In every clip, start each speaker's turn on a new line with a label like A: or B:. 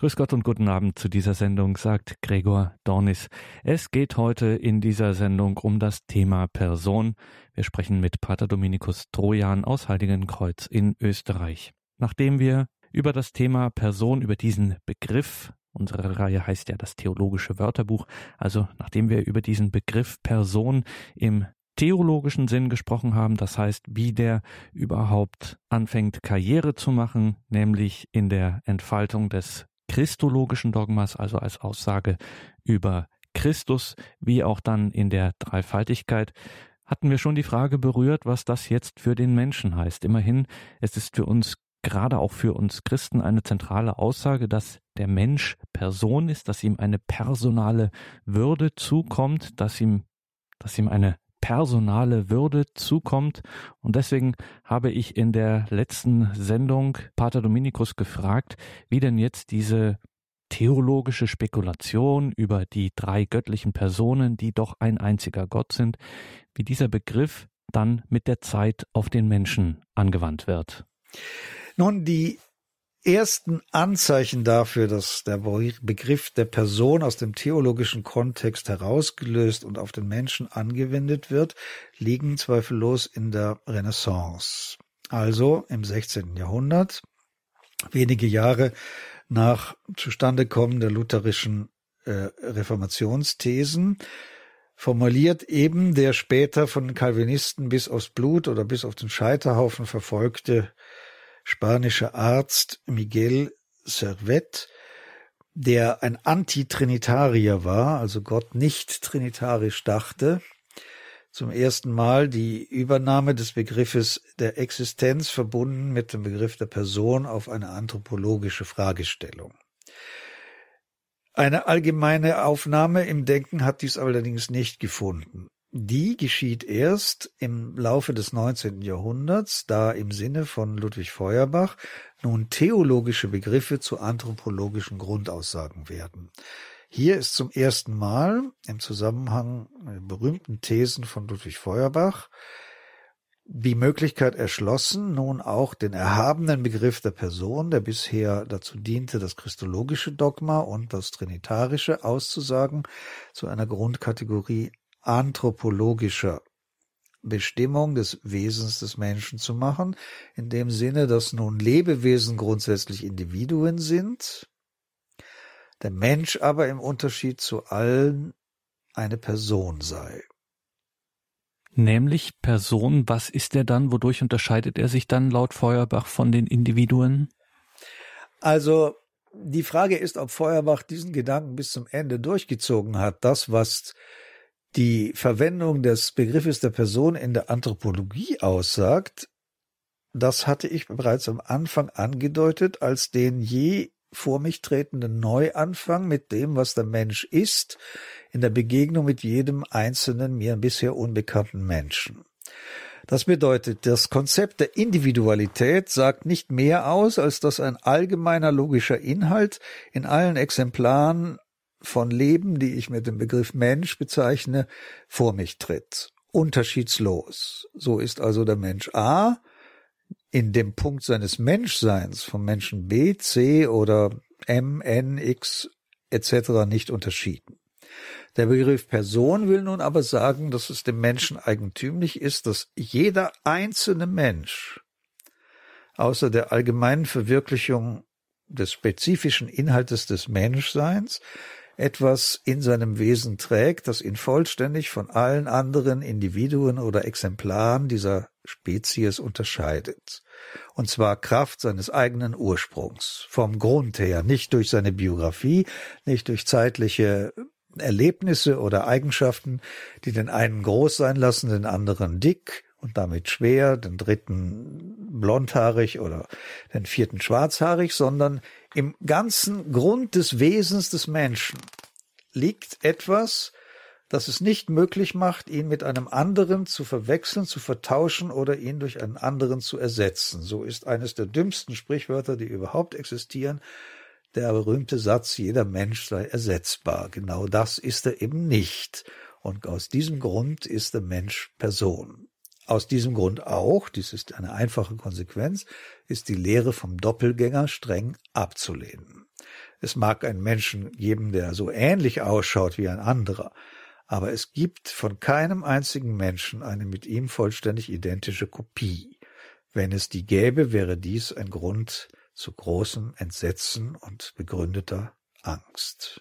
A: Grüß Gott und guten Abend zu dieser Sendung, sagt Gregor Dornis. Es geht heute in dieser Sendung um das Thema Person. Wir sprechen mit Pater Dominikus Trojan aus Heiligenkreuz in Österreich. Nachdem wir über das Thema Person, über diesen Begriff, unsere Reihe heißt ja das theologische Wörterbuch, also nachdem wir über diesen Begriff Person im theologischen Sinn gesprochen haben, das heißt, wie der überhaupt anfängt, Karriere zu machen, nämlich in der Entfaltung des christologischen Dogmas, also als Aussage über Christus, wie auch dann in der Dreifaltigkeit, hatten wir schon die Frage berührt, was das jetzt für den Menschen heißt. Immerhin, es ist für uns, gerade auch für uns Christen, eine zentrale Aussage, dass der Mensch Person ist, dass ihm eine personale Würde zukommt, dass ihm eine personale Würde zukommt. Und deswegen habe ich in der letzten Sendung Pater Dominikus gefragt, wie denn jetzt diese theologische Spekulation über die drei göttlichen Personen, die doch ein einziger Gott sind, wie dieser Begriff dann mit der Zeit auf den Menschen angewandt wird.
B: Nun, die ersten Anzeichen dafür, dass der Begriff der Person aus dem theologischen Kontext herausgelöst und auf den Menschen angewendet wird, liegen zweifellos in der Renaissance. Also im 16. Jahrhundert, wenige Jahre nach Zustandekommen der lutherischen Reformationsthesen, formuliert eben der später von den Calvinisten bis aufs Blut oder bis auf den Scheiterhaufen verfolgte spanische Arzt Miguel Servet, der ein Antitrinitarier war, also Gott nicht trinitarisch dachte, zum ersten Mal die Übernahme des Begriffes der Existenz verbunden mit dem Begriff der Person auf eine anthropologische Fragestellung. Eine allgemeine Aufnahme im Denken hat dies allerdings nicht gefunden. Die geschieht erst im Laufe des 19. Jahrhunderts, da im Sinne von Ludwig Feuerbach nun theologische Begriffe zu anthropologischen Grundaussagen werden. Hier ist zum ersten Mal im Zusammenhang mit berühmten Thesen von Ludwig Feuerbach die Möglichkeit erschlossen, nun auch den erhabenen Begriff der Person, der bisher dazu diente, das christologische Dogma und das trinitarische auszusagen, zu einer Grundkategorie anthropologischer Bestimmung des Wesens des Menschen zu machen, in dem Sinne, dass nun Lebewesen grundsätzlich Individuen sind, der Mensch aber im Unterschied zu allen eine Person sei.
A: Nämlich Person, was ist er dann? Wodurch unterscheidet er sich dann laut Feuerbach von den Individuen?
B: Also die Frage ist, ob Feuerbach diesen Gedanken bis zum Ende durchgezogen hat. Das, was die Verwendung des Begriffes der Person in der Anthropologie aussagt, das hatte ich bereits am Anfang angedeutet, als den je vor mich tretenden Neuanfang mit dem, was der Mensch ist, in der Begegnung mit jedem einzelnen mir bisher unbekannten Menschen. Das bedeutet, das Konzept der Individualität sagt nicht mehr aus, als dass ein allgemeiner logischer Inhalt in allen Exemplaren von Leben, die ich mit dem Begriff Mensch bezeichne, vor mich tritt. Unterschiedslos. So ist also der Mensch A in dem Punkt seines Menschseins vom Menschen B, C oder M, N, X etc. nicht unterschieden. Der Begriff Person will nun aber sagen, dass es dem Menschen eigentümlich ist, dass jeder einzelne Mensch außer der allgemeinen Verwirklichung des spezifischen Inhaltes des Menschseins etwas in seinem Wesen trägt, das ihn vollständig von allen anderen Individuen oder Exemplaren dieser Spezies unterscheidet. Und zwar Kraft seines eigenen Ursprungs, vom Grund her, nicht durch seine Biografie, nicht durch zeitliche Erlebnisse oder Eigenschaften, die den einen groß sein lassen, den anderen dick und damit schwer, den dritten blondhaarig oder den vierten schwarzhaarig, sondern im ganzen Grund des Wesens des Menschen liegt etwas, das es nicht möglich macht, ihn mit einem anderen zu verwechseln, zu vertauschen oder ihn durch einen anderen zu ersetzen. So ist eines der dümmsten Sprichwörter, die überhaupt existieren, der berühmte Satz, jeder Mensch sei ersetzbar. Genau das ist er eben nicht. Und aus diesem Grund ist der Mensch Person. Aus diesem Grund auch, dies ist eine einfache Konsequenz, ist die Lehre vom Doppelgänger streng abzulehnen. Es mag einen Menschen geben, der so ähnlich ausschaut wie ein anderer, aber es gibt von keinem einzigen Menschen eine mit ihm vollständig identische Kopie. Wenn es die gäbe, wäre dies ein Grund zu großem Entsetzen und begründeter Angst.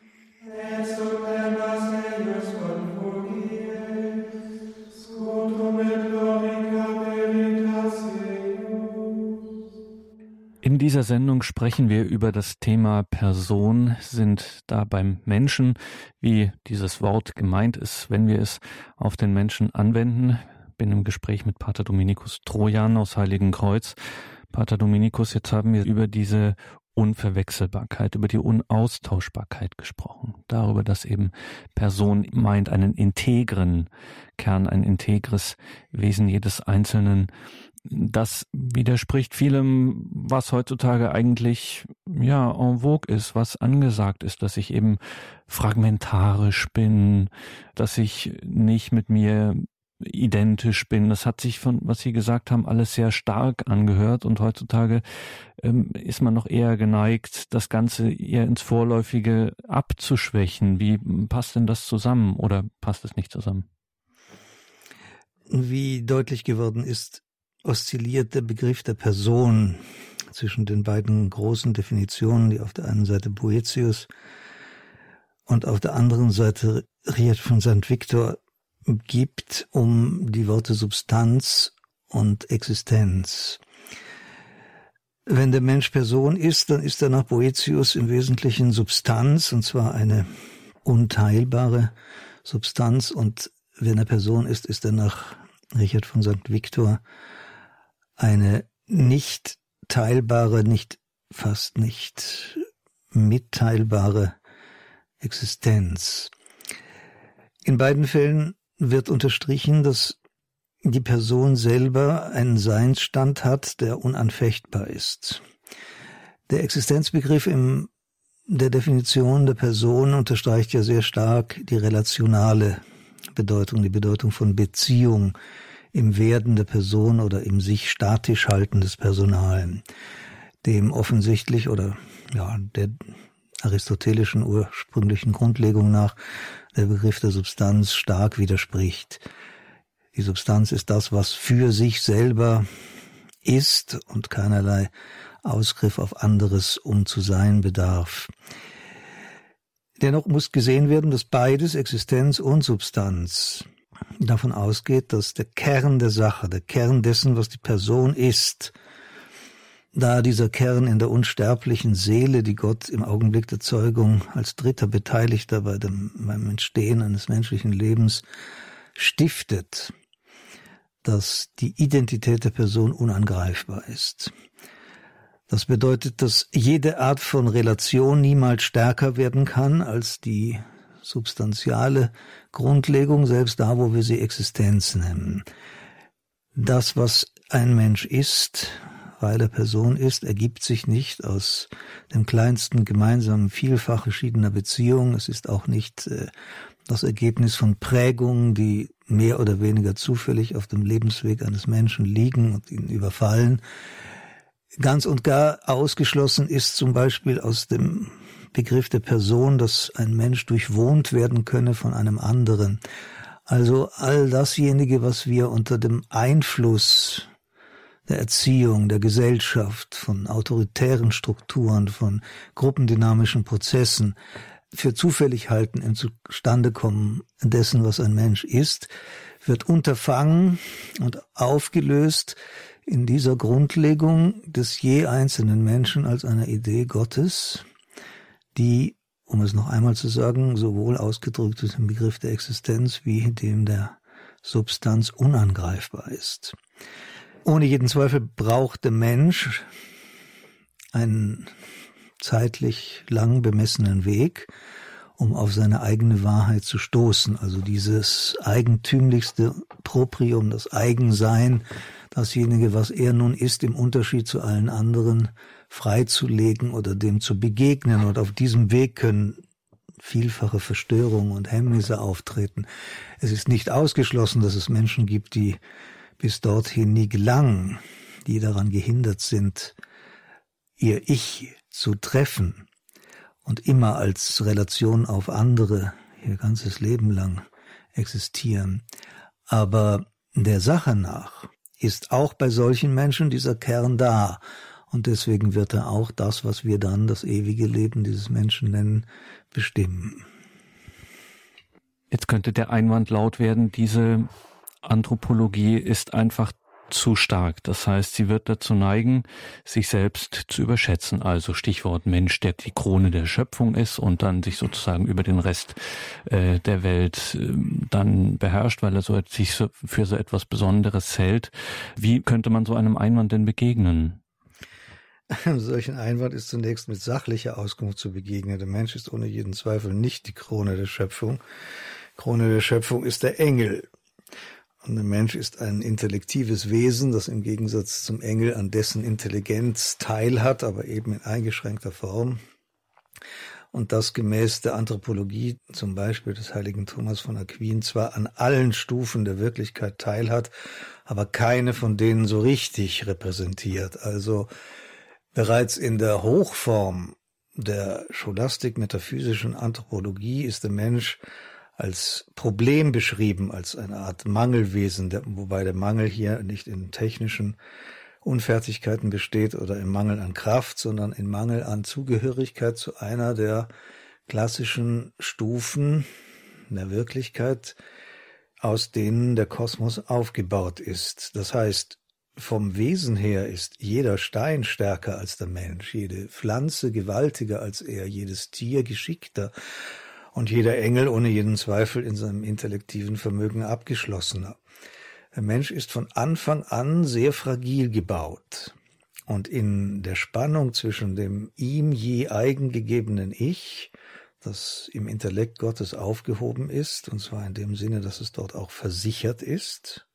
A: In dieser Sendung sprechen wir über das Thema Person, sind da beim Menschen, wie dieses Wort gemeint ist, wenn wir es auf den Menschen anwenden. Bin im Gespräch mit Pater Dominikus Trojan aus Heiligenkreuz. Pater Dominikus, jetzt haben wir über diese Unverwechselbarkeit, über die Unaustauschbarkeit gesprochen. Darüber, dass eben Person meint einen integren Kern, ein integres Wesen jedes Einzelnen. Das widerspricht vielem, was heutzutage eigentlich en vogue ist, was angesagt ist, dass ich eben fragmentarisch bin, dass ich nicht mit mir identisch bin. Das hat sich von, was Sie gesagt haben, alles sehr stark angehört und heutzutage ist man noch eher geneigt, das Ganze eher ins Vorläufige abzuschwächen. Wie passt denn das zusammen oder passt es nicht zusammen?
C: Wie deutlich geworden ist, oszilliert der Begriff der Person zwischen den beiden großen Definitionen, die auf der einen Seite Boëthius und auf der anderen Seite Richard von St. Victor gibt, um die Worte Substanz und Existenz. Wenn der Mensch Person ist, dann ist er nach Boëthius im Wesentlichen Substanz, und zwar eine unteilbare Substanz, und wenn er Person ist, ist er nach Richard von St. Victor eine nicht teilbare, fast nicht mitteilbare Existenz. In beiden Fällen wird unterstrichen, dass die Person selber einen Seinsstand hat, der unanfechtbar ist. Der Existenzbegriff in der Definition der Person unterstreicht ja sehr stark die relationale Bedeutung, die Bedeutung von Beziehung im Werden der Person oder im sich statisch halten des Personalen, dem offensichtlich oder der aristotelischen ursprünglichen Grundlegung nach der Begriff der Substanz stark widerspricht. Die Substanz ist das, was für sich selber ist und keinerlei Ausgriff auf anderes um zu sein bedarf. Dennoch muss gesehen werden, dass beides, Existenz und Substanz, davon ausgeht, dass der Kern der Sache, der Kern dessen, was die Person ist, da dieser Kern in der unsterblichen Seele, die Gott im Augenblick der Zeugung als dritter Beteiligter beim Entstehen eines menschlichen Lebens stiftet, dass die Identität der Person unangreifbar ist. Das bedeutet, dass jede Art von Relation niemals stärker werden kann als die substanziale Grundlegung, selbst da, wo wir sie Existenz nennen. Das, was ein Mensch ist, weil er Person ist, ergibt sich nicht aus dem kleinsten gemeinsamen Vielfach verschiedener Beziehungen. Es ist auch nicht das Ergebnis von Prägungen, die mehr oder weniger zufällig auf dem Lebensweg eines Menschen liegen und ihn überfallen. Ganz und gar ausgeschlossen ist zum Beispiel aus dem Begriff der Person, dass ein Mensch durchwohnt werden könne von einem anderen. Also all dasjenige, was wir unter dem Einfluss der Erziehung, der Gesellschaft, von autoritären Strukturen, von gruppendynamischen Prozessen für zufällig halten im Zustandekommen dessen, was ein Mensch ist, wird unterfangen und aufgelöst in dieser Grundlegung des je einzelnen Menschen als einer Idee Gottes, die, um es noch einmal zu sagen, sowohl ausgedrückt ist im Begriff der Existenz wie dem der Substanz unangreifbar ist. Ohne jeden Zweifel braucht der Mensch einen zeitlich lang bemessenen Weg, um auf seine eigene Wahrheit zu stoßen. Also dieses eigentümlichste Proprium, das Eigensein, dasjenige, was er nun ist, im Unterschied zu allen anderen freizulegen oder dem zu begegnen. Und auf diesem Weg können vielfache Verstörungen und Hemmnisse auftreten. Es ist nicht ausgeschlossen, dass es Menschen gibt, die bis dorthin nie gelangen, die daran gehindert sind, ihr Ich zu treffen. und immer als Relation auf andere ihr ganzes Leben lang existieren. Aber der Sache nach ist auch bei solchen Menschen dieser Kern da. Und deswegen wird er auch das, was wir dann das ewige Leben dieses Menschen nennen, bestimmen.
A: Jetzt könnte der Einwand laut werden, diese Anthropologie ist einfach zu stark. Das heißt, sie wird dazu neigen, sich selbst zu überschätzen. Also Stichwort Mensch, der die Krone der Schöpfung ist und dann sich sozusagen über den Rest der Welt dann beherrscht, weil er sich für so etwas Besonderes hält. Wie könnte man so einem Einwand denn begegnen?
C: Einem solchen Einwand ist zunächst mit sachlicher Auskunft zu begegnen. Der Mensch ist ohne jeden Zweifel nicht die Krone der Schöpfung. Krone der Schöpfung ist der Engel. Und der Mensch ist ein intellektives Wesen, das im Gegensatz zum Engel an dessen Intelligenz teilhat, aber eben in eingeschränkter Form. Und das gemäß der Anthropologie, zum Beispiel des heiligen Thomas von Aquin, zwar an allen Stufen der Wirklichkeit teilhat, aber keine von denen so richtig repräsentiert. Also bereits in der Hochform der scholastik-metaphysischen Anthropologie ist der Mensch als Problem beschrieben, als eine Art Mangelwesen, wobei der Mangel hier nicht in technischen Unfertigkeiten besteht oder im Mangel an Kraft, sondern im Mangel an Zugehörigkeit zu einer der klassischen Stufen der Wirklichkeit, aus denen der Kosmos aufgebaut ist. Das heißt, vom Wesen her ist jeder Stein stärker als der Mensch, jede Pflanze gewaltiger als er, jedes Tier geschickter und jeder Engel ohne jeden Zweifel in seinem intellektiven Vermögen abgeschlossener. Der Mensch ist von Anfang an sehr fragil gebaut. Und in der Spannung zwischen dem ihm je eigen gegebenen Ich, das im Intellekt Gottes aufgehoben ist, und zwar in dem Sinne, dass es dort auch versichert ist,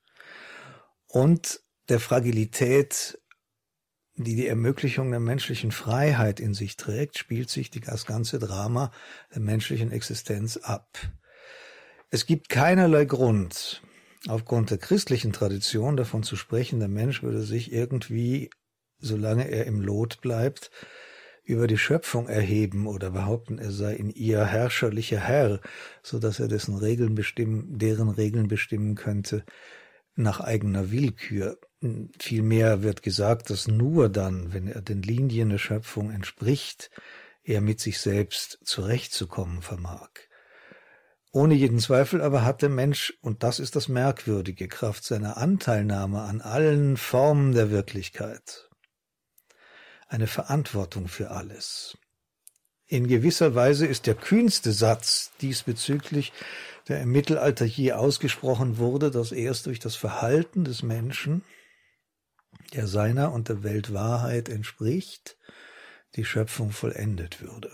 C: und der Fragilität, die die Ermöglichung der menschlichen Freiheit in sich trägt, spielt sich das ganze Drama der menschlichen Existenz ab. Es gibt keinerlei Grund, aufgrund der christlichen Tradition davon zu sprechen, der Mensch würde sich irgendwie, solange er im Lot bleibt, über die Schöpfung erheben oder behaupten, er sei in ihr herrscherlicher Herr, so dass er deren Regeln bestimmen könnte nach eigener Willkür. Vielmehr wird gesagt, dass nur dann, wenn er den Linien der Schöpfung entspricht, er mit sich selbst zurechtzukommen vermag. Ohne jeden Zweifel aber hat der Mensch, und das ist das Merkwürdige, Kraft seiner Anteilnahme an allen Formen der Wirklichkeit, eine Verantwortung für alles. In gewisser Weise ist der kühnste Satz diesbezüglich, der im Mittelalter je ausgesprochen wurde, dass erst durch das Verhalten des Menschen, der seiner und der Welt Wahrheit entspricht, die Schöpfung vollendet würde.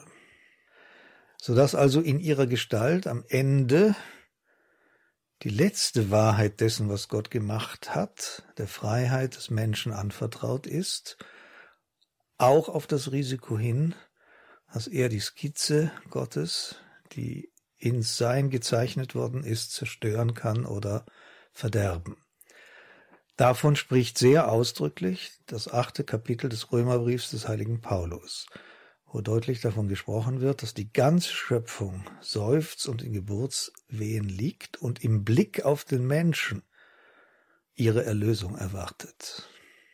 C: Sodass also in ihrer Gestalt am Ende die letzte Wahrheit dessen, was Gott gemacht hat, der Freiheit des Menschen anvertraut ist, auch auf das Risiko hin, dass er die Skizze Gottes, die ins Sein gezeichnet worden ist, zerstören kann oder verderben. Davon spricht sehr ausdrücklich das 8. Kapitel des Römerbriefs des heiligen Paulus, wo deutlich davon gesprochen wird, dass die ganze Schöpfung seufzt und in Geburtswehen liegt und im Blick auf den Menschen ihre Erlösung erwartet.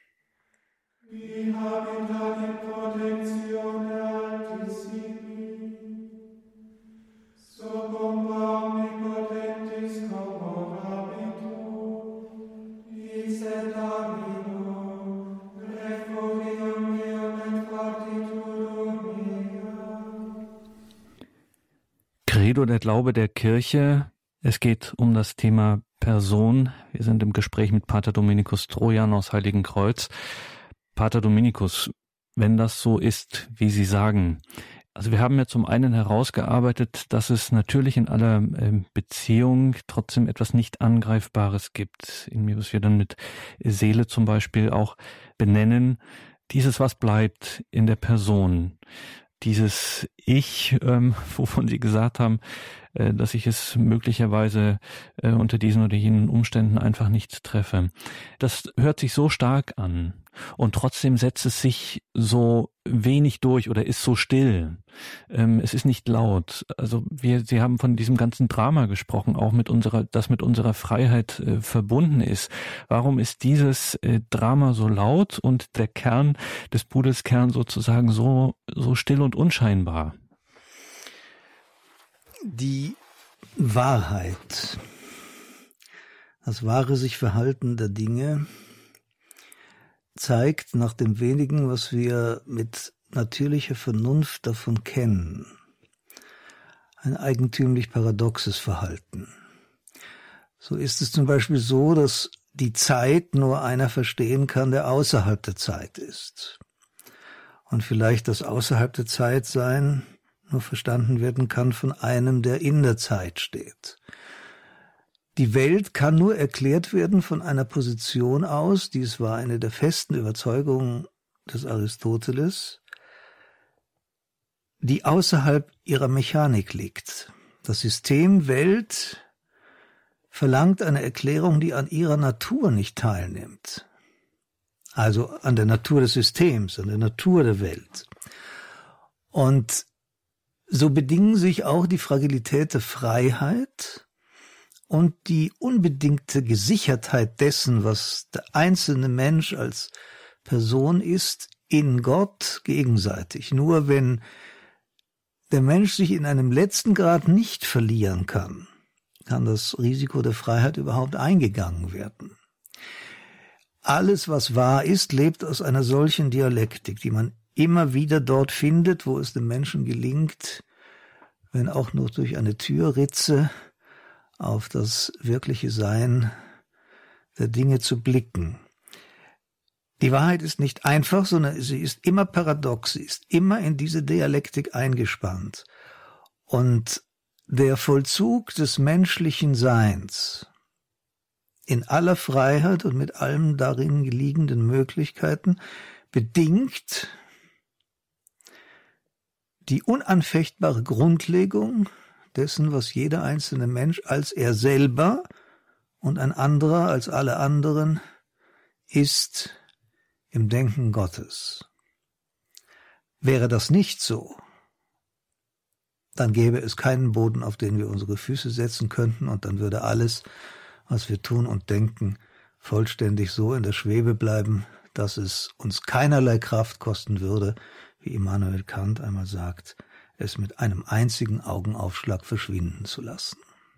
A: Credo, der Glaube der Kirche. Es geht um das Thema Person. Wir sind im Gespräch mit Pater Dominikus Trojan aus Heiligenkreuz. Pater Dominikus, wenn das so ist, wie Sie sagen, also wir haben ja zum einen herausgearbeitet, dass es natürlich in aller Beziehung trotzdem etwas nicht Angreifbares gibt, was wir dann mit Seele zum Beispiel auch benennen. Dieses, was bleibt in der Person, dieses Ich, wovon Sie gesagt haben, dass ich es möglicherweise unter diesen oder jenen Umständen einfach nicht treffe. Das hört sich so stark an und trotzdem setzt es sich so wenig durch oder ist so still. Es ist nicht laut. Also Sie haben von diesem ganzen Drama gesprochen, auch das mit unserer Freiheit verbunden ist. Warum ist dieses Drama so laut und der Kern des Pudelskern sozusagen so still und unscheinbar?
C: Die Wahrheit, das wahre sich Verhalten der Dinge, zeigt nach dem wenigen, was wir mit natürlicher Vernunft davon kennen, ein eigentümlich paradoxes Verhalten. So ist es zum Beispiel so, dass die Zeit nur einer verstehen kann, der außerhalb der Zeit ist. Und vielleicht das außerhalb der Zeit sein nur verstanden werden kann von einem, der in der Zeit steht. Die Welt kann nur erklärt werden von einer Position aus, dies war eine der festen Überzeugungen des Aristoteles, die außerhalb ihrer Mechanik liegt. Das System Welt verlangt eine Erklärung, die an ihrer Natur nicht teilnimmt. Also an der Natur des Systems, an der Natur der Welt. Und so bedingen sich auch die Fragilität der Freiheit und die unbedingte Gesichertheit dessen, was der einzelne Mensch als Person ist, in Gott gegenseitig. Nur wenn der Mensch sich in einem letzten Grad nicht verlieren kann das Risiko der Freiheit überhaupt eingegangen werden. Alles, was wahr ist, lebt aus einer solchen Dialektik, die man immer wieder dort findet, wo es dem Menschen gelingt, wenn auch nur durch eine Türritze, auf das wirkliche Sein der Dinge zu blicken. Die Wahrheit ist nicht einfach, sondern sie ist immer paradox, sie ist immer in diese Dialektik eingespannt. Und der Vollzug des menschlichen Seins in aller Freiheit und mit allen darin liegenden Möglichkeiten bedingt die unanfechtbare Grundlegung dessen, was jeder einzelne Mensch als er selber und ein anderer als alle anderen ist im Denken Gottes. Wäre das nicht so, dann gäbe es keinen Boden, auf den wir unsere Füße setzen könnten, und dann würde alles, was wir tun und denken, vollständig so in der Schwebe bleiben, dass es uns keinerlei Kraft kosten würde, wie Immanuel Kant einmal sagt, es mit einem einzigen Augenaufschlag verschwinden zu lassen.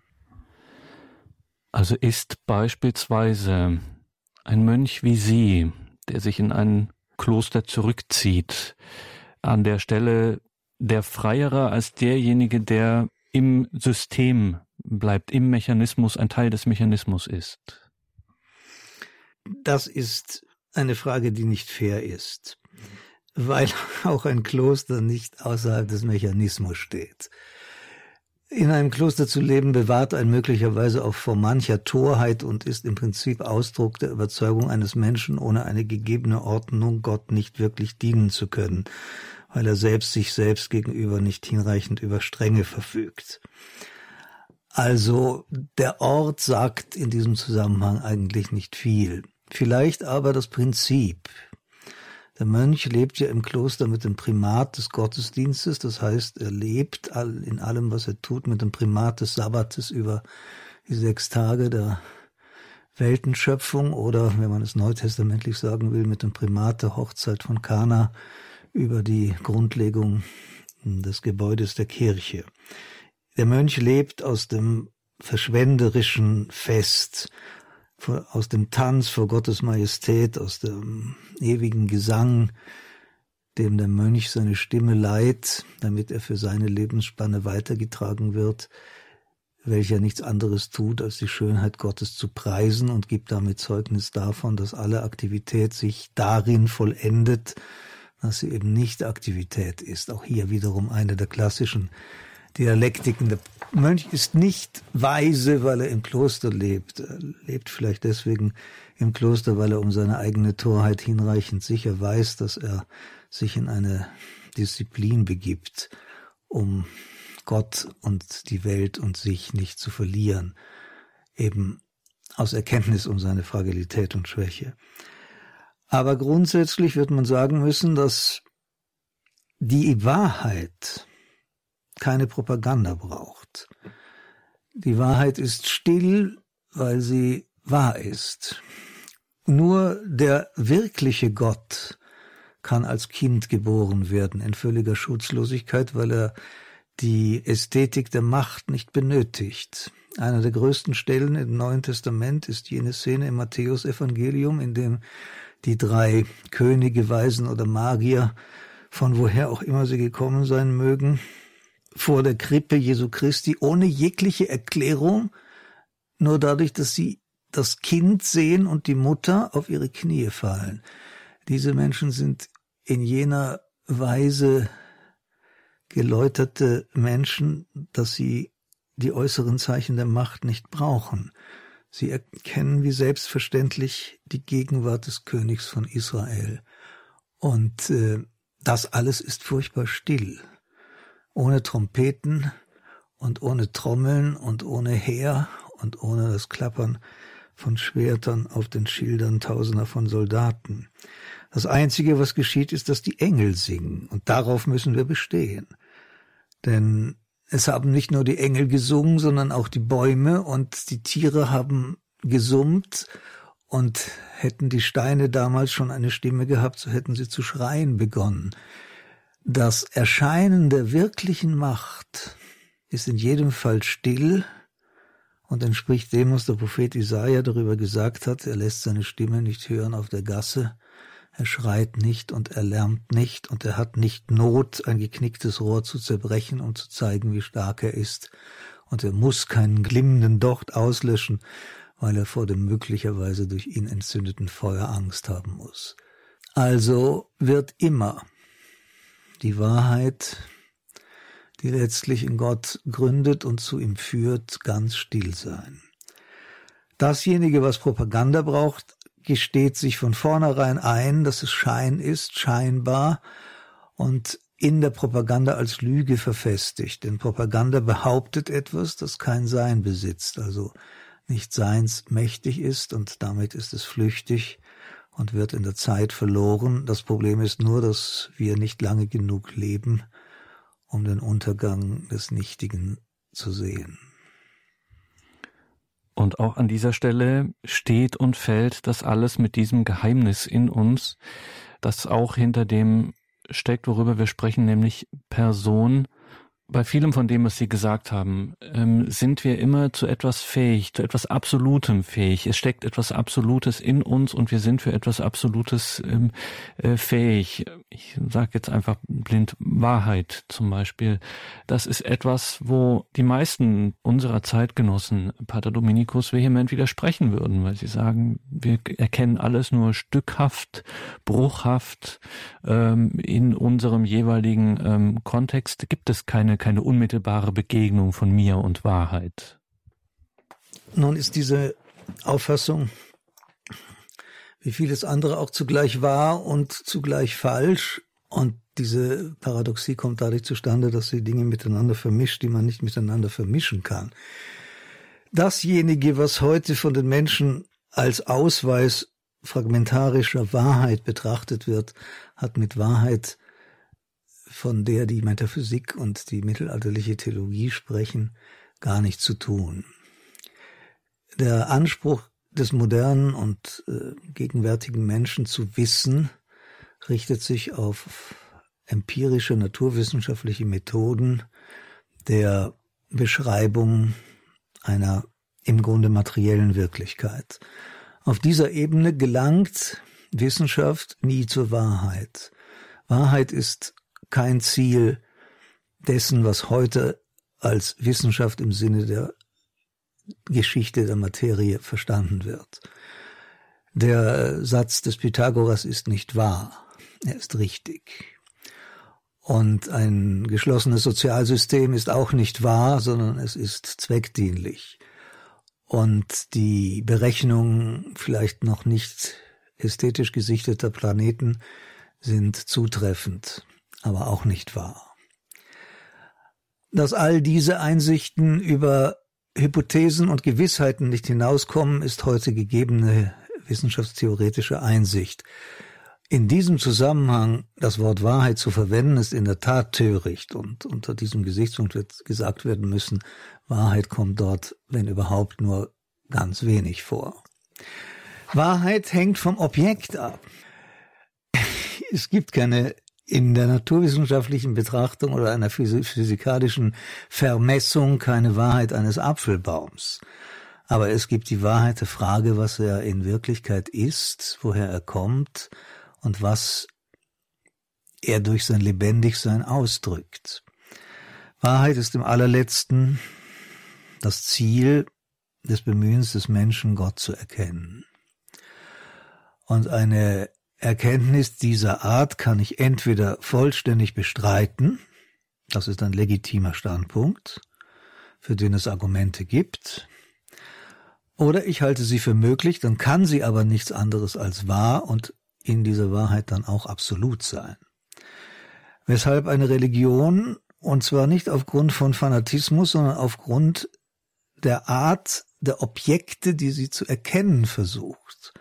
A: Also ist beispielsweise ein Mönch wie Sie, der sich in ein Kloster zurückzieht, an der Stelle der Freiere als derjenige, der im System bleibt, im Mechanismus, ein Teil des Mechanismus ist?
C: Das ist eine Frage, die nicht fair ist, weil auch ein Kloster nicht außerhalb des Mechanismus steht. In einem Kloster zu leben bewahrt einen möglicherweise auch vor mancher Torheit und ist im Prinzip Ausdruck der Überzeugung eines Menschen, ohne eine gegebene Ordnung Gott nicht wirklich dienen zu können, weil er selbst sich selbst gegenüber nicht hinreichend über Strenge verfügt. Also der Ort sagt in diesem Zusammenhang eigentlich nicht viel. Vielleicht aber das Prinzip. Der Mönch lebt ja im Kloster mit dem Primat des Gottesdienstes, das heißt, er lebt in allem, was er tut, mit dem Primat des Sabbates über die 6 Tage der Weltenschöpfung oder, wenn man es neutestamentlich sagen will, mit dem Primat der Hochzeit von Kana über die Grundlegung des Gebäudes der Kirche. Der Mönch lebt aus dem verschwenderischen Fest, aus dem Tanz vor Gottes Majestät, aus dem ewigen Gesang, dem der Mönch seine Stimme leiht, damit er für seine Lebensspanne weitergetragen wird, welcher nichts anderes tut, als die Schönheit Gottes zu preisen und gibt damit Zeugnis davon, dass alle Aktivität sich darin vollendet, dass sie eben nicht Aktivität ist. Auch hier wiederum eine der klassischen Dialektiken. Der Mönch ist nicht weise, weil er im Kloster lebt. Er lebt vielleicht deswegen im Kloster, weil er um seine eigene Torheit hinreichend sicher weiß, dass er sich in eine Disziplin begibt, um Gott und die Welt und sich nicht zu verlieren, eben aus Erkenntnis um seine Fragilität und Schwäche. Aber grundsätzlich wird man sagen müssen, dass die Wahrheit keine Propaganda braucht. Die Wahrheit ist still, weil sie wahr ist. Nur der wirkliche Gott kann als Kind geboren werden, in völliger Schutzlosigkeit, weil er die Ästhetik der Macht nicht benötigt. Einer der größten Stellen im Neuen Testament ist jene Szene im Matthäusevangelium, in dem die 3 Könige, Weisen oder Magier, von woher auch immer sie gekommen sein mögen, vor der Krippe Jesu Christi ohne jegliche Erklärung, nur dadurch, dass sie das Kind sehen und die Mutter auf ihre Knie fallen. Diese Menschen sind in jener Weise geläuterte Menschen, dass sie die äußeren Zeichen der Macht nicht brauchen. Sie erkennen wie selbstverständlich die Gegenwart des Königs von Israel. Und das alles ist furchtbar still. Ohne Trompeten und ohne Trommeln und ohne Heer und ohne das Klappern von Schwertern auf den Schildern Tausender von Soldaten. Das Einzige, was geschieht, ist, dass die Engel singen. Und darauf müssen wir bestehen. Denn es haben nicht nur die Engel gesungen, sondern auch die Bäume, und die Tiere haben gesummt, und hätten die Steine damals schon eine Stimme gehabt, so hätten sie zu schreien begonnen. Das Erscheinen der wirklichen Macht ist in jedem Fall still und entspricht dem, was der Prophet Jesaja darüber gesagt hat. Er lässt seine Stimme nicht hören auf der Gasse. Er schreit nicht und er lärmt nicht und er hat nicht Not, ein geknicktes Rohr zu zerbrechen und zu zeigen, wie stark er ist. Und er muss keinen glimmenden Docht auslöschen, weil er vor dem möglicherweise durch ihn entzündeten Feuer Angst haben muss. Also wird immer die Wahrheit, die letztlich in Gott gründet und zu ihm führt, ganz still sein. Dasjenige, was Propaganda braucht, gesteht sich von vornherein ein, dass es Schein ist, scheinbar, und in der Propaganda als Lüge verfestigt. Denn Propaganda behauptet etwas, das kein Sein besitzt, also nicht seinsmächtig ist, und damit ist es flüchtig und wird in der Zeit verloren. Das Problem ist nur, dass wir nicht lange genug leben, um den Untergang des Nichtigen zu sehen.
A: Und auch an dieser Stelle steht und fällt das alles mit diesem Geheimnis in uns, das auch hinter dem steckt, worüber wir sprechen, nämlich Person. Bei vielem von dem, was Sie gesagt haben, sind wir immer zu etwas fähig, zu etwas Absolutem fähig. Es steckt etwas Absolutes in uns und wir sind für etwas Absolutes fähig. Ich sage jetzt einfach blind Wahrheit zum Beispiel. Das ist etwas, wo die meisten unserer Zeitgenossen Pater Dominikus vehement widersprechen würden, weil sie sagen, wir erkennen alles nur stückhaft, bruchhaft. In unserem jeweiligen Kontext gibt es keine unmittelbare Begegnung von mir und Wahrheit.
C: Nun ist diese Auffassung, wie vieles andere, auch zugleich wahr und zugleich falsch. Und diese Paradoxie kommt dadurch zustande, dass sie Dinge miteinander vermischt, die man nicht miteinander vermischen kann. Dasjenige, was heute von den Menschen als Ausweis fragmentarischer Wahrheit betrachtet wird, hat mit Wahrheit, von der die Metaphysik und die mittelalterliche Theologie sprechen, gar nichts zu tun. Der Anspruch des modernen und gegenwärtigen Menschen zu wissen, richtet sich auf empirische naturwissenschaftliche Methoden der Beschreibung einer im Grunde materiellen Wirklichkeit. Auf dieser Ebene gelangt Wissenschaft nie zur Wahrheit. Wahrheit ist kein Ziel dessen, was heute als Wissenschaft im Sinne der Geschichte der Materie verstanden wird. Der Satz des Pythagoras ist nicht wahr, er ist richtig. Und ein geschlossenes Sozialsystem ist auch nicht wahr, sondern es ist zweckdienlich. Und die Berechnungen vielleicht noch nicht ästhetisch gesichteter Planeten sind zutreffend, aber auch nicht wahr. Dass all diese Einsichten über Hypothesen und Gewissheiten nicht hinauskommen, ist heute gegebene wissenschaftstheoretische Einsicht. In diesem Zusammenhang das Wort Wahrheit zu verwenden, ist in der Tat töricht, und unter diesem Gesichtspunkt wird gesagt werden müssen, Wahrheit kommt dort, wenn überhaupt, nur ganz wenig vor. Wahrheit hängt vom Objekt ab. Es gibt keine in der naturwissenschaftlichen Betrachtung oder einer physikalischen Vermessung keine Wahrheit eines Apfelbaums. Aber es gibt die Wahrheit der Frage, was er in Wirklichkeit ist, woher er kommt und was er durch sein Lebendigsein ausdrückt. Wahrheit ist im allerletzten das Ziel des Bemühens des Menschen, Gott zu erkennen. Und eine Erkenntnis dieser Art kann ich entweder vollständig bestreiten, das ist ein legitimer Standpunkt, für den es Argumente gibt, oder ich halte sie für möglich, dann kann sie aber nichts anderes als wahr und in dieser Wahrheit dann auch absolut sein. Weshalb eine Religion, und zwar nicht aufgrund von Fanatismus, sondern aufgrund der Art der Objekte, die sie zu erkennen versucht,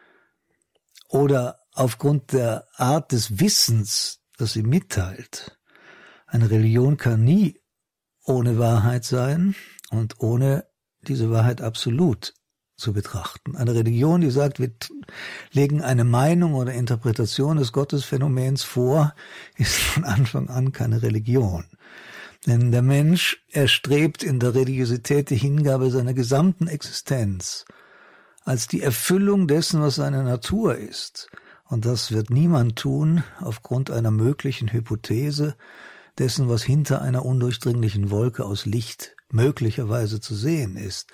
C: oder aufgrund der Art des Wissens, das sie mitteilt. Eine Religion kann nie ohne Wahrheit sein und ohne diese Wahrheit absolut zu betrachten. Eine Religion, die sagt, wir legen eine Meinung oder Interpretation des Gottesphänomens vor, ist von Anfang an keine Religion. Denn der Mensch erstrebt in der Religiosität die Hingabe seiner gesamten Existenz als die Erfüllung dessen, was seine Natur ist. Und das wird niemand tun aufgrund einer möglichen Hypothese dessen, was hinter einer undurchdringlichen Wolke aus Licht möglicherweise zu sehen ist.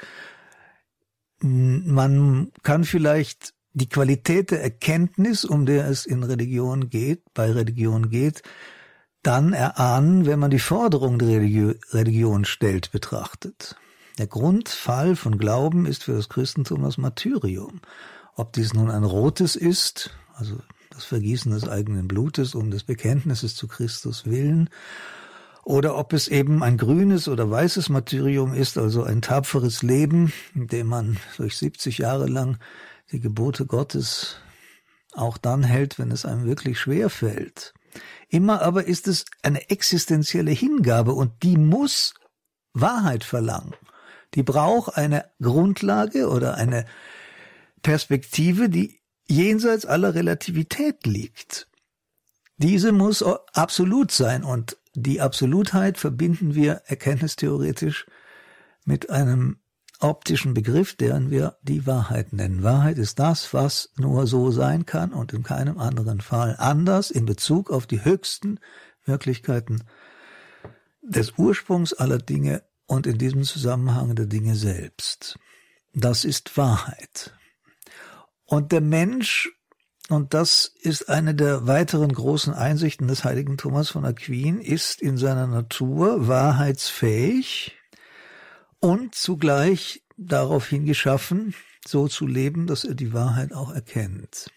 C: Man kann vielleicht die Qualität der Erkenntnis, um der es in Religion geht, bei Religion geht, dann erahnen, wenn man die Forderung der Religion stellt, betrachtet. Der Grundfall von Glauben ist für das Christentum das Martyrium. Ob dies nun ein rotes ist, also das Vergießen des eigenen Blutes um des Bekenntnisses zu Christus willen, oder ob es eben ein grünes oder weißes Martyrium ist, also ein tapferes Leben, in dem man durch 70 Jahre lang die Gebote Gottes auch dann hält, wenn es einem wirklich schwer fällt. Immer aber ist es eine existenzielle Hingabe, und die muss Wahrheit verlangen. Die braucht eine Grundlage oder eine Perspektive, die jenseits aller Relativität liegt. Diese muss absolut sein, und die Absolutheit verbinden wir erkenntnistheoretisch mit einem optischen Begriff, den wir die Wahrheit nennen. Wahrheit ist das, was nur so sein kann und in keinem anderen Fall anders in Bezug auf die höchsten Wirklichkeiten des Ursprungs aller Dinge und in diesem Zusammenhang der Dinge selbst. Das ist Wahrheit. Und der Mensch, und das ist eine der weiteren großen Einsichten des heiligen Thomas von Aquin, ist in seiner Natur wahrheitsfähig und zugleich daraufhin geschaffen, so zu leben, dass er die Wahrheit auch erkennt.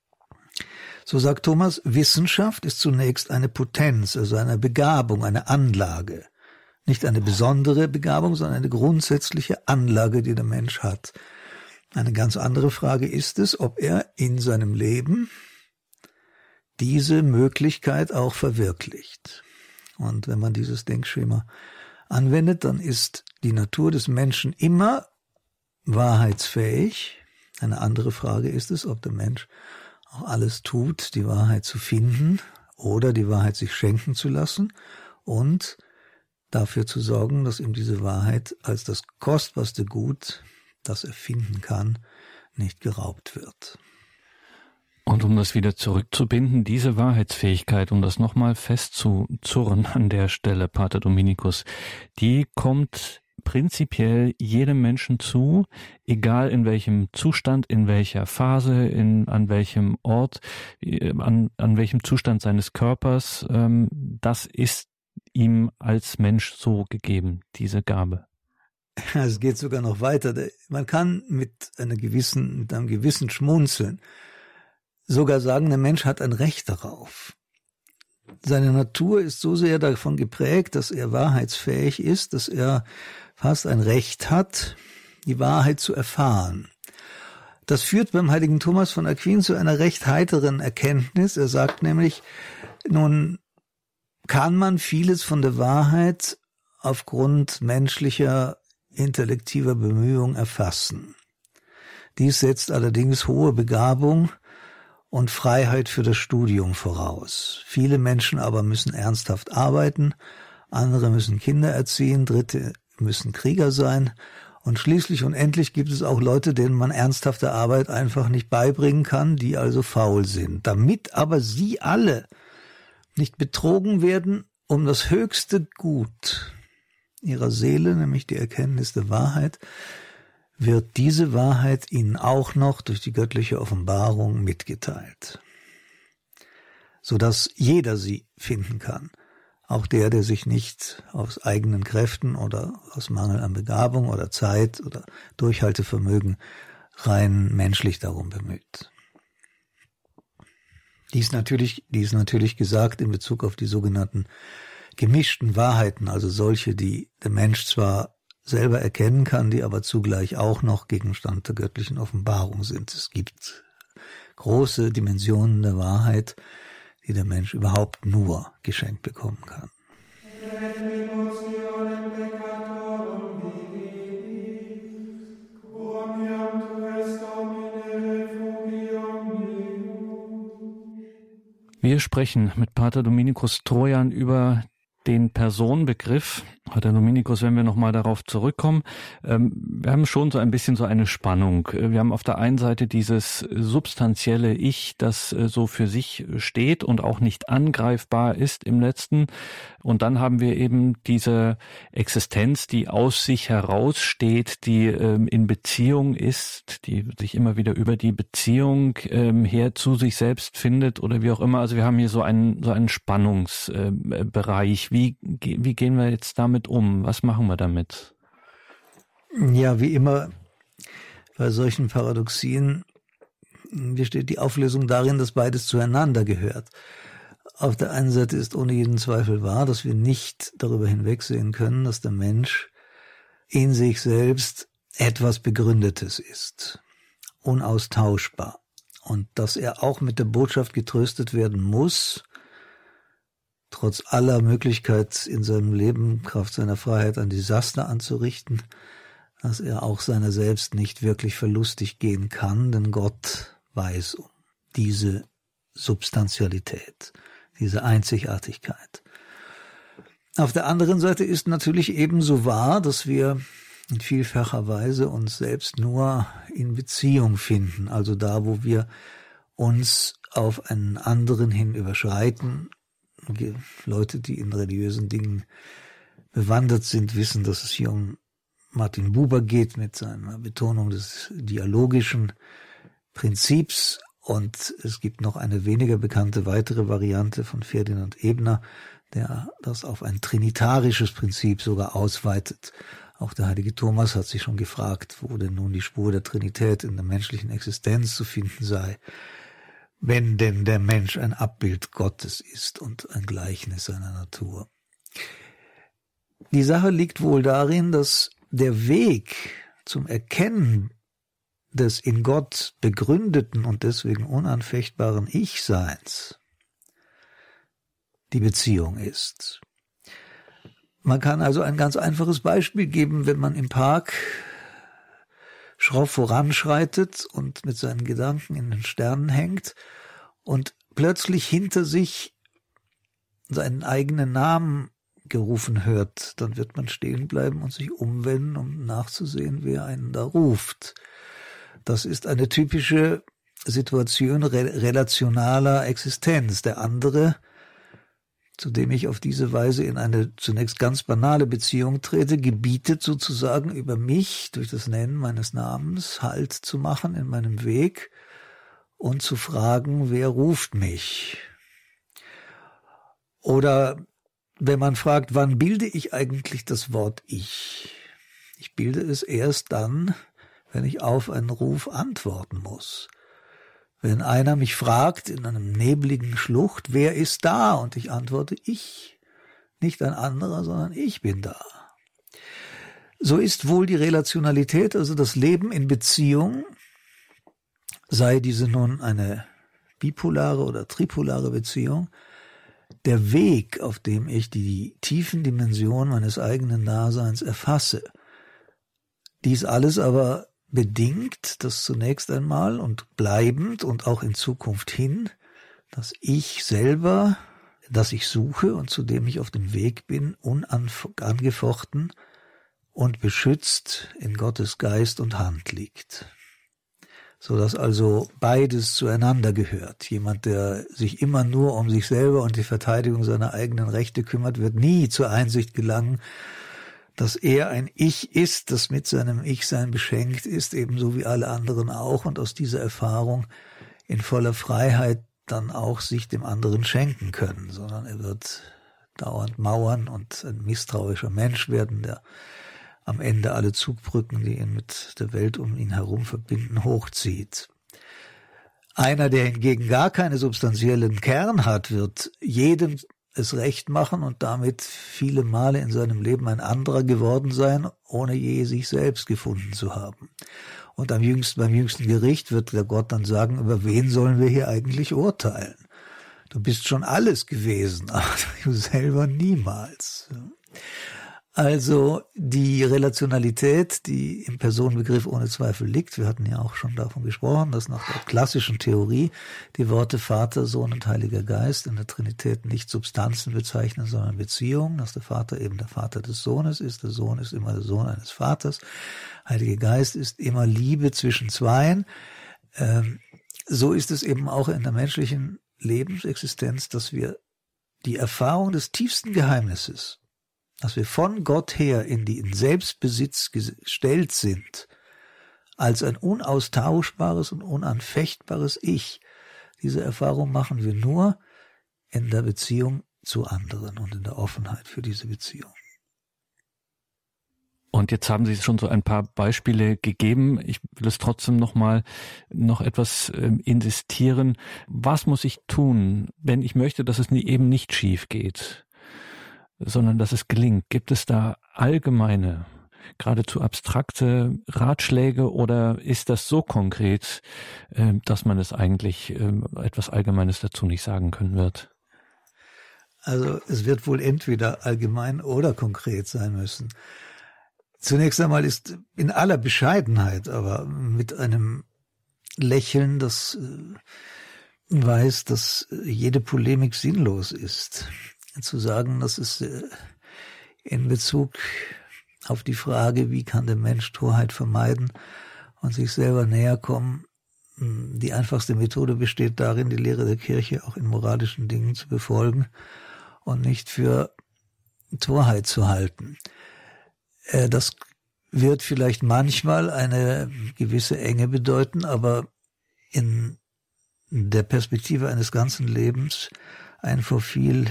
C: So sagt Thomas, Wissenschaft ist zunächst eine Potenz, also eine Begabung, eine Anlage. Nicht eine besondere Begabung, sondern eine grundsätzliche Anlage, die der Mensch hat. Eine ganz andere Frage ist es, ob er in seinem Leben diese Möglichkeit auch verwirklicht. Und wenn man dieses Denkschema anwendet, dann ist die Natur des Menschen immer wahrheitsfähig. Eine andere Frage ist es, ob der Mensch auch alles tut, die Wahrheit zu finden oder die Wahrheit sich schenken zu lassen und dafür zu sorgen, dass ihm diese Wahrheit als das kostbarste Gut, das er finden kann, nicht geraubt wird.
A: Und um das wieder zurückzubinden, diese Wahrheitsfähigkeit, um das nochmal festzuzurren an der Stelle, Pater Dominikus, die kommt prinzipiell jedem Menschen zu, egal in welchem Zustand, in welcher Phase, an welchem Ort, an welchem Zustand seines Körpers. Das ist ihm als Mensch so gegeben, diese Gabe.
C: Es geht sogar noch weiter. Man kann mit einem gewissen Schmunzeln sogar sagen, der Mensch hat ein Recht darauf, seine Natur ist so sehr davon geprägt, dass er wahrheitsfähig ist, dass er fast ein Recht hat, die Wahrheit zu erfahren. Das führt beim heiligen Thomas von Aquin zu einer recht heiteren Erkenntnis. Er sagt nämlich, nun kann man vieles von der Wahrheit aufgrund menschlicher, intellektiver Bemühung erfassen. Dies setzt allerdings hohe Begabung und Freiheit für das Studium voraus. Viele Menschen aber müssen ernsthaft arbeiten, andere müssen Kinder erziehen, Dritte müssen Krieger sein. Und schließlich und endlich gibt es auch Leute, denen man ernsthafte Arbeit einfach nicht beibringen kann, die also faul sind. Damit aber sie alle nicht betrogen werden um das höchste Gut ihrer Seele, nämlich die Erkenntnis der Wahrheit, wird diese Wahrheit ihnen auch noch durch die göttliche Offenbarung mitgeteilt, sodass jeder sie finden kann. Auch der sich nicht aus eigenen Kräften oder aus Mangel an Begabung oder Zeit oder Durchhaltevermögen rein menschlich darum bemüht. Dies natürlich gesagt in Bezug auf die sogenannten gemischten Wahrheiten, also solche, die der Mensch zwar selber erkennen kann, die aber zugleich auch noch Gegenstand der göttlichen Offenbarung sind. Es gibt große Dimensionen der Wahrheit, die der Mensch überhaupt nur geschenkt bekommen kann.
A: Wir sprechen mit Pater Dominikus Trojan über den Personenbegriff. Pater Dominikus, wenn wir nochmal darauf zurückkommen, wir haben schon so ein bisschen so eine Spannung. Wir haben auf der einen Seite dieses substanzielle Ich, das so für sich steht und auch nicht angreifbar ist im Letzten. Und dann haben wir eben diese Existenz, die aus sich heraussteht, die in Beziehung ist, die sich immer wieder über die Beziehung her zu sich selbst findet oder wie auch immer. Also wir haben hier so einen Spannungsbereich. Wie gehen wir jetzt damit um? Was machen wir damit?
C: Ja, wie immer bei solchen Paradoxien besteht die Auflösung darin, dass beides zueinander gehört. Auf der einen Seite ist ohne jeden Zweifel wahr, dass wir nicht darüber hinwegsehen können, dass der Mensch in sich selbst etwas Begründetes ist, unaustauschbar, und dass er auch mit der Botschaft getröstet werden muss, trotz aller Möglichkeit in seinem Leben, Kraft seiner Freiheit, ein Desaster anzurichten, dass er auch seiner selbst nicht wirklich verlustig gehen kann, denn Gott weiß um diese Substantialität, diese Einzigartigkeit. Auf der anderen Seite ist natürlich ebenso wahr, dass wir in vielfacher Weise uns selbst nur in Beziehung finden, also da, wo wir uns auf einen anderen hin überschreiten. Leute, die in religiösen Dingen bewandert sind, wissen, dass es hier um Martin Buber geht mit seiner Betonung des dialogischen Prinzips, und es gibt noch eine weniger bekannte weitere Variante von Ferdinand Ebner, der das auf ein trinitarisches Prinzip sogar ausweitet. Auch der heilige Thomas hat sich schon gefragt, wo denn nun die Spur der Trinität in der menschlichen Existenz zu finden sei, wenn denn der Mensch ein Abbild Gottes ist und ein Gleichnis seiner Natur. Die Sache liegt wohl darin, dass der Weg zum Erkennen des in Gott begründeten und deswegen unanfechtbaren Ich-Seins die Beziehung ist. Man kann also ein ganz einfaches Beispiel geben, wenn man im Park schroff voranschreitet und mit seinen Gedanken in den Sternen hängt und plötzlich hinter sich seinen eigenen Namen gerufen hört, dann wird man stehen bleiben und sich umwenden, um nachzusehen, wer einen da ruft. Das ist eine typische Situation relationaler Existenz. Der andere, zu dem ich auf diese Weise in eine zunächst ganz banale Beziehung trete, gebietet sozusagen über mich durch das Nennen meines Namens Halt zu machen in meinem Weg und zu fragen, wer ruft mich? Oder wenn man fragt, wann bilde ich eigentlich das Wort Ich? Ich bilde es erst dann, wenn ich auf einen Ruf antworten muss.
B: Wenn einer mich fragt in einem nebligen Schlucht, wer ist da? Und ich antworte, ich. Nicht ein anderer, sondern ich bin da. So ist wohl die Relationalität, also das Leben in Beziehung, sei diese nun eine bipolare oder tripolare Beziehung, der Weg, auf dem ich die tiefen Dimensionen meines eigenen Daseins erfasse. Dies alles aber bedingt, dass zunächst einmal und bleibend und auch in Zukunft hin, dass ich selber, das ich suche und zu dem ich auf dem Weg bin, unangefochten und beschützt in Gottes Geist und Hand liegt. So dass also beides zueinander gehört. Jemand, der sich immer nur um sich selber und die Verteidigung seiner eigenen Rechte kümmert, wird nie zur Einsicht gelangen, dass er ein Ich ist, das mit seinem Ich-Sein beschenkt ist, ebenso wie alle anderen auch, und aus dieser Erfahrung in voller Freiheit dann auch sich dem anderen schenken können, sondern er wird dauernd mauern und ein misstrauischer Mensch werden, der am Ende alle Zugbrücken, die ihn mit der Welt um ihn herum verbinden, hochzieht. Einer, der hingegen gar keinen substanziellen Kern hat, wird jedem es recht machen und damit viele Male in seinem Leben ein anderer geworden sein, ohne je sich selbst gefunden zu haben. Und beim jüngsten Gericht wird der Gott dann sagen, über wen sollen wir hier eigentlich urteilen? Du bist schon alles gewesen, aber du selber niemals. Also die Relationalität, die im Personenbegriff ohne Zweifel liegt, wir hatten ja auch schon davon gesprochen, dass nach der klassischen Theorie die Worte Vater, Sohn und Heiliger Geist in der Trinität nicht Substanzen bezeichnen, sondern Beziehungen, dass der Vater eben der Vater des Sohnes ist, der Sohn ist immer der Sohn eines Vaters, Heiliger Geist ist immer Liebe zwischen Zweien. So ist es eben auch in der menschlichen Lebensexistenz, dass wir die Erfahrung des tiefsten Geheimnisses, dass wir von Gott her in Selbstbesitz gestellt sind, als ein unaustauschbares und unanfechtbares Ich. Diese Erfahrung machen wir nur in der Beziehung zu anderen und in der Offenheit für diese Beziehung.
A: Und jetzt haben Sie schon so ein paar Beispiele gegeben. Ich will es trotzdem noch etwas insistieren. Was muss ich tun, wenn ich möchte, dass es eben nicht schief geht, sondern dass es gelingt? Gibt es da allgemeine, geradezu abstrakte Ratschläge oder ist das so konkret, dass man es eigentlich etwas Allgemeines dazu nicht sagen können wird?
B: Also es wird wohl entweder allgemein oder konkret sein müssen. Zunächst einmal ist in aller Bescheidenheit, aber mit einem Lächeln, das weiß, dass jede Polemik sinnlos ist, zu sagen, dass es in Bezug auf die Frage, wie kann der Mensch Torheit vermeiden und sich selber näher kommen, die einfachste Methode besteht darin, die Lehre der Kirche auch in moralischen Dingen zu befolgen und nicht für Torheit zu halten. Das wird vielleicht manchmal eine gewisse Enge bedeuten, aber in der Perspektive eines ganzen Lebens ein vor viel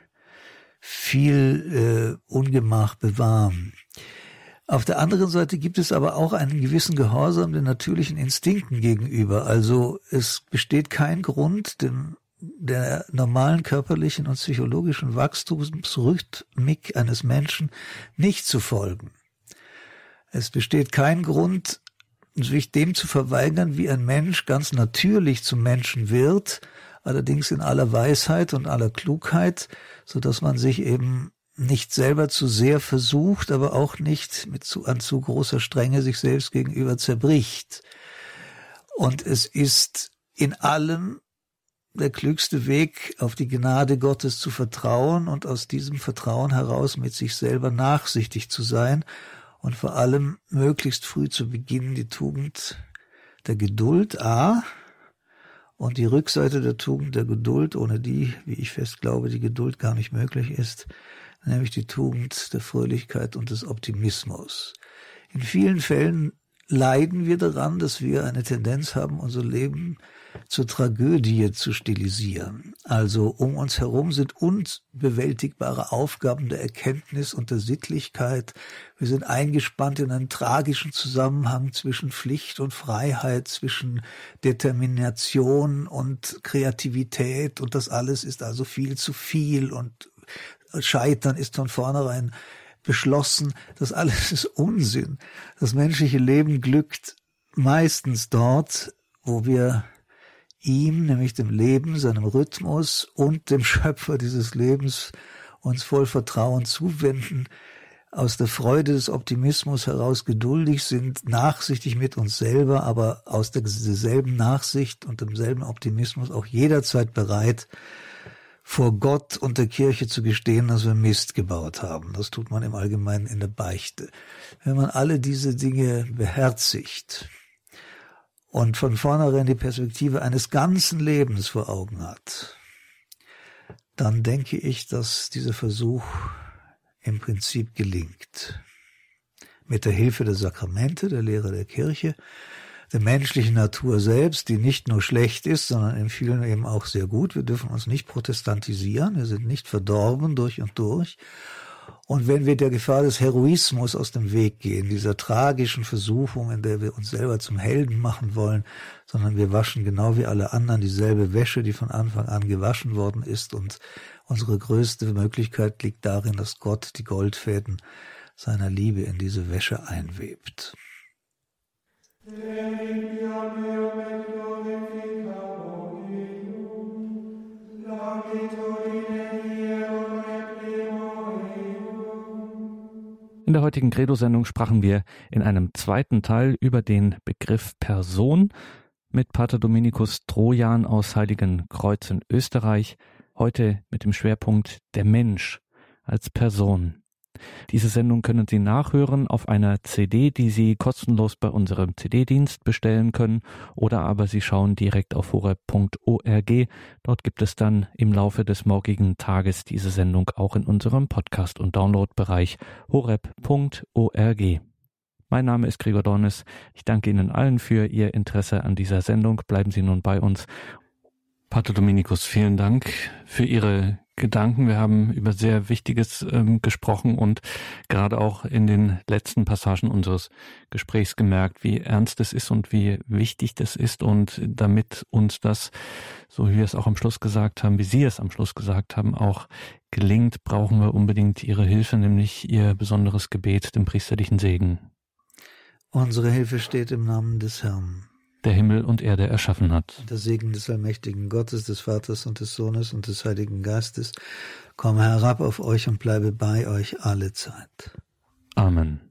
B: Ungemach bewahren. Auf der anderen Seite gibt es aber auch einen gewissen Gehorsam den natürlichen Instinkten gegenüber. Also es besteht kein Grund, der normalen körperlichen und psychologischen Wachstumsrhythmik eines Menschen nicht zu folgen. Es besteht kein Grund, sich dem zu verweigern, wie ein Mensch ganz natürlich zum Menschen wird, allerdings in aller Weisheit und aller Klugheit, so dass man sich eben nicht selber zu sehr versucht, aber auch nicht an zu großer Strenge sich selbst gegenüber zerbricht. Und es ist in allem der klügste Weg, auf die Gnade Gottes zu vertrauen und aus diesem Vertrauen heraus mit sich selber nachsichtig zu sein und vor allem möglichst früh zu beginnen, die Tugend der Geduld, und die Rückseite der Tugend der Geduld, ohne die, wie ich fest glaube, die Geduld gar nicht möglich ist, nämlich die Tugend der Fröhlichkeit und des Optimismus. In vielen Fällen leiden wir daran, dass wir eine Tendenz haben, unser Leben zur Tragödie zu stilisieren. Also um uns herum sind unbewältigbare Aufgaben der Erkenntnis und der Sittlichkeit. Wir sind eingespannt in einen tragischen Zusammenhang zwischen Pflicht und Freiheit, zwischen Determination und Kreativität, und das alles ist also viel zu viel, und Scheitern ist von vornherein beschlossen. Das alles ist Unsinn. Das menschliche Leben glückt meistens dort, wo wir ihm, nämlich dem Leben, seinem Rhythmus und dem Schöpfer dieses Lebens uns voll Vertrauen zuwenden, aus der Freude des Optimismus heraus geduldig sind, nachsichtig mit uns selber, aber aus derselben Nachsicht und demselben Optimismus auch jederzeit bereit, vor Gott und der Kirche zu gestehen, dass wir Mist gebaut haben. Das tut man im Allgemeinen in der Beichte. Wenn man alle diese Dinge beherzigt und von vornherein die Perspektive eines ganzen Lebens vor Augen hat, dann denke ich, dass dieser Versuch im Prinzip gelingt. Mit der Hilfe der Sakramente, der Lehre der Kirche, der menschlichen Natur selbst, die nicht nur schlecht ist, sondern in vielen eben auch sehr gut. Wir dürfen uns nicht protestantisieren, wir sind nicht verdorben durch und durch. Und wenn wir der Gefahr des Heroismus aus dem Weg gehen, dieser tragischen Versuchung, in der wir uns selber zum Helden machen wollen, sondern wir waschen genau wie alle anderen dieselbe Wäsche, die von Anfang an gewaschen worden ist, und unsere größte Möglichkeit liegt darin, dass Gott die Goldfäden seiner Liebe in diese Wäsche einwebt.
A: In der heutigen Credo-Sendung sprachen wir in einem zweiten Teil über den Begriff Person mit Pater Dominikus Trojan aus Heiligenkreuz in Österreich, heute mit dem Schwerpunkt der Mensch als Person. Diese Sendung können Sie nachhören auf einer CD, die Sie kostenlos bei unserem CD-Dienst bestellen können, oder aber Sie schauen direkt auf horeb.org. Dort gibt es dann im Laufe des morgigen Tages diese Sendung auch in unserem Podcast- und Download-Bereich horeb.org. Mein Name ist Gregor Dornis. Ich danke Ihnen allen für Ihr Interesse an dieser Sendung. Bleiben Sie nun bei uns. Pater Dominikus, vielen Dank für Ihre Gedanken. Wir haben über sehr Wichtiges gesprochen und gerade auch in den letzten Passagen unseres Gesprächs gemerkt, wie ernst es ist und wie wichtig das ist. Und damit uns das, so wie wir es auch am Schluss gesagt haben, wie Sie es am Schluss gesagt haben, auch gelingt, brauchen wir unbedingt Ihre Hilfe, nämlich Ihr besonderes Gebet, den priesterlichen Segen.
B: Unsere Hilfe steht im Namen des Herrn,
A: der Himmel und Erde erschaffen hat.
B: Der Segen des allmächtigen Gottes, des Vaters und des Sohnes und des Heiligen Geistes komme herab auf euch und bleibe bei euch alle Zeit.
A: Amen.